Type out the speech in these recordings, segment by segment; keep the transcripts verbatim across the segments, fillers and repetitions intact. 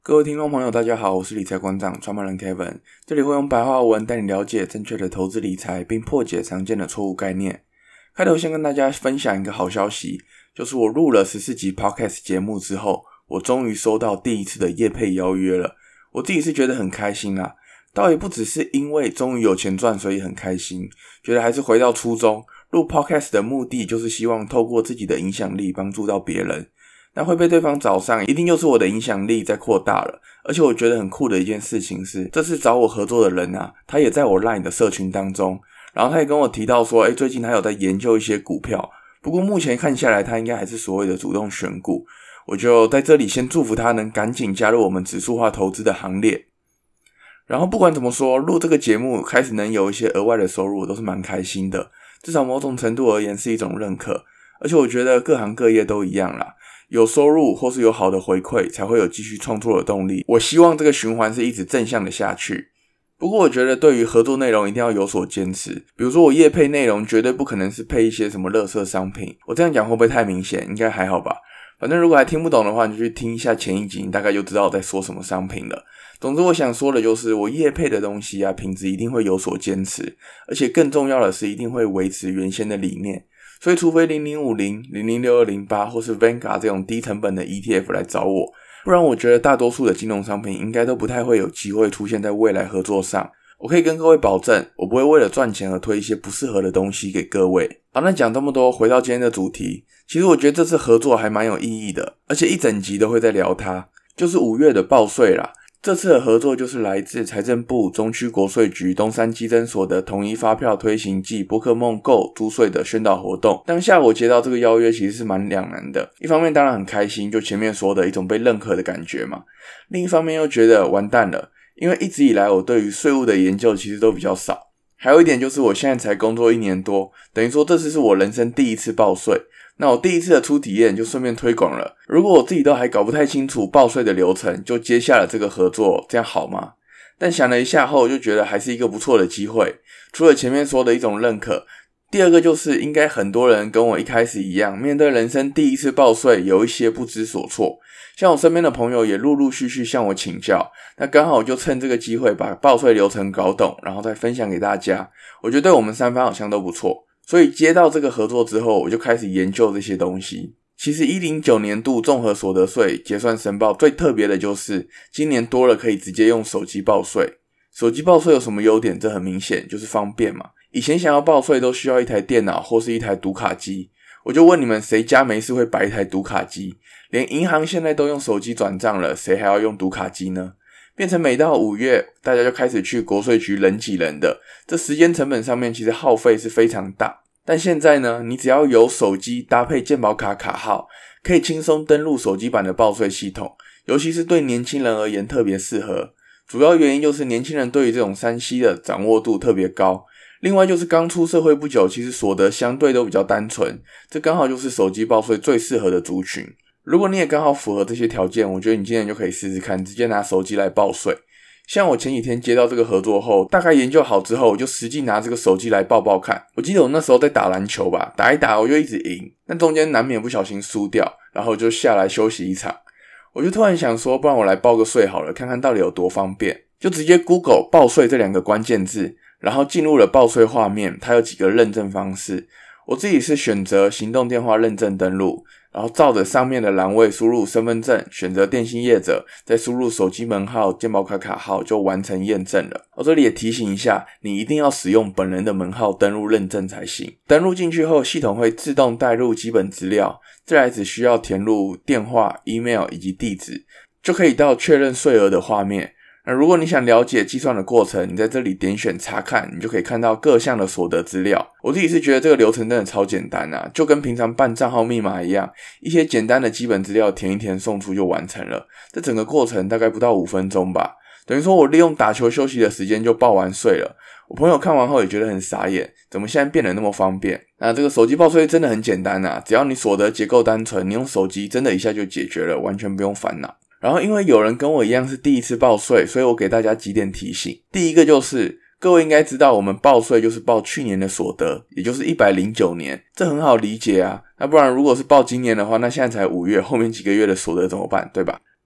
各位听众朋友大家好，我是理财馆长创办人 Kevin， 这里会用白话文带你了解正确的投资理财，并破解常见的错误概念。开头先跟大家分享一个好消息，就是我录了十四集 Podcast 节目之后，我终于收到第一次的业配邀约了。我自己是觉得很开心啦，倒也不只是因为终于有钱赚所以很开心，觉得还是回到初衷，录 Podcast 的目的就是希望透过自己的影响力帮助到别人。那会被对方找上，一定就是我的影响力在扩大了。而且我觉得很酷的一件事情是，这次找我合作的人啊，他也在我 LINE 的社群当中，然后他也跟我提到说，诶，最近他有在研究一些股票，不过目前看下来，他应该还是所谓的主动选股。我就在这里先祝福他能赶紧加入我们指数化投资的行列。然后不管怎么说，录这个节目开始能有一些额外的收入，我都是蛮开心的，至少某种程度而言是一种认可。而且我觉得各行各业都一样啦，有收入或是有好的回馈才会有继续创作的动力。我希望这个循环是一直正向的下去。不过我觉得对于合作内容一定要有所坚持，比如说我业配内容绝对不可能是配一些什么垃圾商品，我这样讲会不会太明显？应该还好吧。反正如果还听不懂的话，你就去听一下前一集，你大概就知道我在说什么商品了。总之我想说的就是我业配的东西啊，品质一定会有所坚持，而且更重要的是一定会维持原先的理念。所以除非零零五零、零零六二零八或是 Vanguard 这种低成本的 E T F 来找我，不然我觉得大多数的金融商品应该都不太会有机会出现在未来合作上。我可以跟各位保证，我不会为了赚钱而推一些不适合的东西给各位。好，那讲这么多，回到今天的主题，其实我觉得这次合作还蛮有意义的，而且一整集都会在聊它，就是五月的报税啦。这次的合作就是来自财政部、中区国税局、东山基征所的统一发票推行暨宝可梦 Go 租税的宣导活动。当下我接到这个邀约其实是蛮两难的，一方面当然很开心，就前面说的一种被认可的感觉嘛，另一方面又觉得完蛋了，因为一直以来我对于税务的研究其实都比较少。还有一点就是我现在才工作一年多，等于说这次是我人生第一次报税，那我第一次的初体验就顺便推广了。如果我自己都还搞不太清楚报税的流程，就接下了这个合作，这样好吗？但想了一下后，就觉得还是一个不错的机会。除了前面说的一种认可，第二个就是应该很多人跟我一开始一样，面对人生第一次报税有一些不知所措。像我身边的朋友也陆陆续续向我请教，那刚好我就趁这个机会把报税流程搞懂，然后再分享给大家。我觉得对我们三方好像都不错。所以接到这个合作之后，我就开始研究这些东西。其实一百零九年度综合所得税结算申报最特别的就是今年多了可以直接用手机报税。手机报税有什么优点？这很明显就是方便嘛。以前想要报税都需要一台电脑或是一台读卡机，我就问你们谁家没事会摆一台读卡机？连银行现在都用手机转账了，谁还要用读卡机呢？变成每到五月大家就开始去国税局人挤人的，这时间成本上面其实耗费是非常大。但现在呢，你只要有手机搭配健保卡卡号，可以轻松登录手机版的报税系统，尤其是对年轻人而言特别适合。主要原因就是年轻人对于这种 三 C 的掌握度特别高，另外就是刚出社会不久，其实所得相对都比较单纯，这刚好就是手机报税最适合的族群。如果你也刚好符合这些条件，我觉得你今年就可以试试看，直接拿手机来报税。像我前几天接到这个合作后，大概研究好之后，我就实际拿这个手机来报报看。我记得我那时候在打篮球吧，打一打我就一直赢，但中间难免不小心输掉，然后就下来休息一场。我就突然想说，不然我来报个税好了，看看到底有多方便。就直接 Google 报税这两个关键字，然后进入了报税画面，它有几个认证方式。我自己是选择行动电话认证登录，然后照着上面的栏位输入身份证，选择电信业者，再输入手机门号、健保卡卡号，就完成验证了。我这里也提醒一下，你一定要使用本人的门号登录认证才行。登录进去后，系统会自动带入基本资料，再来只需要填入电话、email 以及地址，就可以到确认税额的画面。那如果你想了解计算的过程，你在这里点选查看，你就可以看到各项的所得资料。我自己是觉得这个流程真的超简单啊，就跟平常办账号密码一样，一些简单的基本资料填一填送出就完成了。这整个过程大概不到五分钟吧，等于说我利用打球休息的时间就报完税了。我朋友看完后也觉得很傻眼，怎么现在变得那么方便？那这个手机报税真的很简单啊，只要你所得结构单纯，你用手机真的一下就解决了，完全不用烦恼。然后因为有人跟我一样是第一次报税，所以我给大家几点提醒。第一个就是各位应该知道，我们报税就是报去年的所得，也就是一百零九年，这很好理解啊。那不然如果是报今年的话，那现在才五月，后面几个月的所得怎么办，对吧？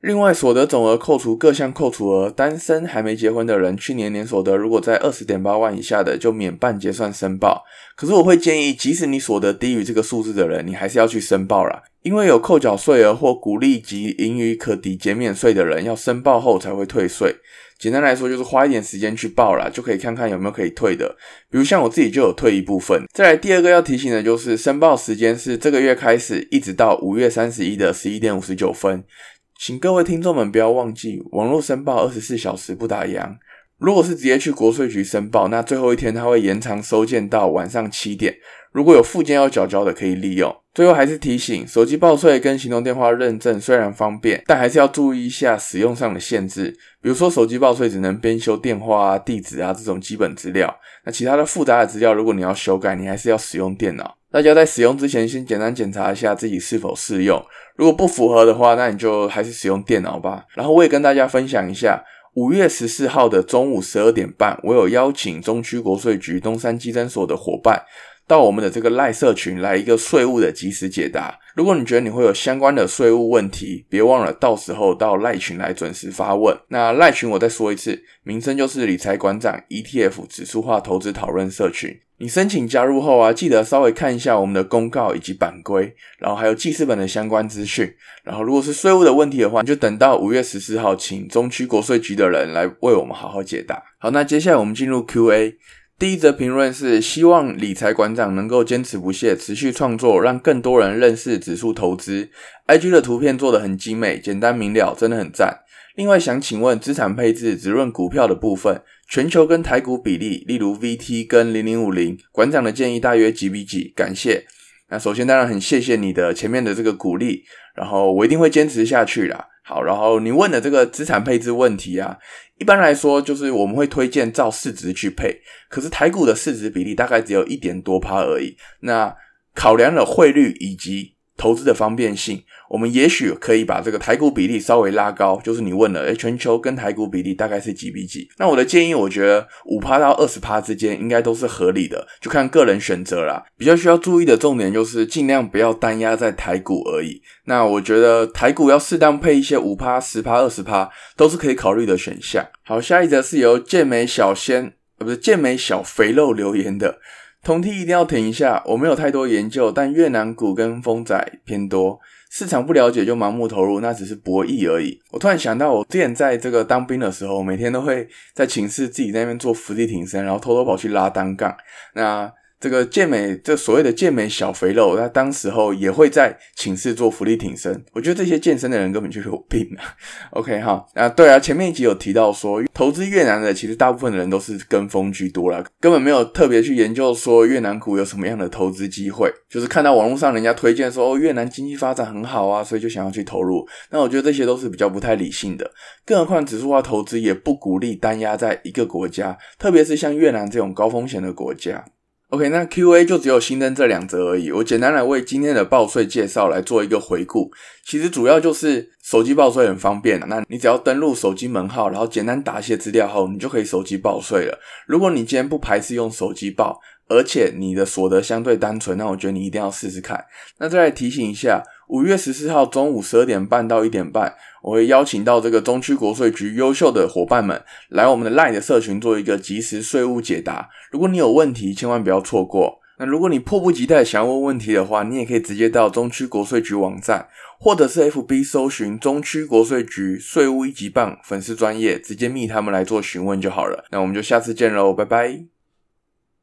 另外，所得总额扣除各项扣除额，单身还没结婚的人，去年年所得如果在 二十点八万以下的，就免半结算申报。可是我会建议，即使你所得低于这个数字的人，你还是要去申报啦，因为有扣缴税额或股利及盈余可抵减免税的人，要申报后才会退税。简单来说，就是花一点时间去报啦，就可以看看有没有可以退的。比如像我自己就有退一部分。再来第二个要提醒的就是，申报时间是这个月开始，一直到五月三十一的十一点五十九分。请各位听众们不要忘记，网络申报二十四小时不打烊。如果是直接去国税局申报，那最后一天它会延长收件到晚上七点。如果有附件要缴交的可以利用。最后还是提醒，手机报税跟行动电话认证虽然方便，但还是要注意一下使用上的限制。比如说手机报税只能编修电话啊、地址啊这种基本资料，那其他的复杂的资料如果你要修改，你还是要使用电脑。大家在使用之前先简单检查一下自己是否适用，如果不符合的话，那你就还是使用电脑吧。然后我也跟大家分享一下，五月十四号的中午十二点半，我有邀请中区国税局东山稽征所的伙伴到我们的这个 LINE 社群来一个税务的即时解答。如果你觉得你会有相关的税务问题，别忘了到时候到 LINE 群来准时发问。那 LINE 群我再说一次，名称就是理财馆长 E T F 指数化投资讨论社群。你申请加入后啊，记得稍微看一下我们的公告以及版规，然后还有记事本的相关资讯。然后如果是税务的问题的话，你就等到五月十四号请中区国税局的人来为我们好好解答。好，那接下来我们进入 Q A。第一则评论是希望理财馆长能够坚持不懈，持续创作，让更多人认识指数投资。I G 的图片做得很精美，简单明了，真的很赞。另外想请问资产配置只论股票的部分，全球跟台股比例，例如 V T 跟零零五零，馆长的建议大约几比几？感谢。那首先当然很谢谢你的前面的这个鼓励，然后我一定会坚持下去啦。好，然后你问的这个资产配置问题啊，一般来说就是我们会推荐照市值去配，可是台股的市值比例大概只有一点多%而已。那考量了汇率以及投资的方便性，我们也许可以把这个台股比例稍微拉高，就是你问了诶全球跟台股比例大概是几比几。那我的建议我觉得 百分之五 到 百分之二十 之间应该都是合理的，就看个人选择啦。比较需要注意的重点就是尽量不要单压在台股而已。那我觉得台股要适当配一些 百分之五、百分之十、百分之二十 都是可以考虑的选项。好，下一则是由健美小鲜呃不是健美小肥肉留言的。同梯一定要停一下，我没有太多研究，但越南股跟风仔偏多，市场不了解就盲目投入，那只是博弈而已。我突然想到，我之前在这个当兵的时候，每天都会在寝室自己在那边做伏地挺身，然后偷偷跑去拉单杠。那这个健美，这所谓的健美小肥肉，他当时候也会在寝室做伏地挺身。我觉得这些健身的人根本就有病啊。OK 哈，啊对啊，前面一集有提到说，投资越南的其实大部分的人都是跟风居多啦，根本没有特别去研究说越南股有什么样的投资机会，就是看到网络上人家推荐说哦越南经济发展很好啊，所以就想要去投入。那我觉得这些都是比较不太理性的，更何况指数化投资也不鼓励单压在一个国家，特别是像越南这种高风险的国家。OK， 那 Q A 就只有新增这两则而已。我简单来为今天的报税介绍来做一个回顾。其实主要就是手机报税很方便，那你只要登录手机门号，然后简单打一些资料后，你就可以手机报税了。如果你今天不排斥用手机报，而且你的所得相对单纯，那我觉得你一定要试试看。那再来提醒一下，五月十四号中午十二点半到一点半，我会邀请到这个中区国税局优秀的伙伴们来我们的 LINE 的社群做一个即时税务解答。如果你有问题，千万不要错过。那如果你迫不及待想要问问题的话，你也可以直接到中区国税局网站，或者是 F B 搜寻中区国税局税务一级棒粉丝专页，直接密他们来做询问就好了。那我们就下次见咯，拜拜。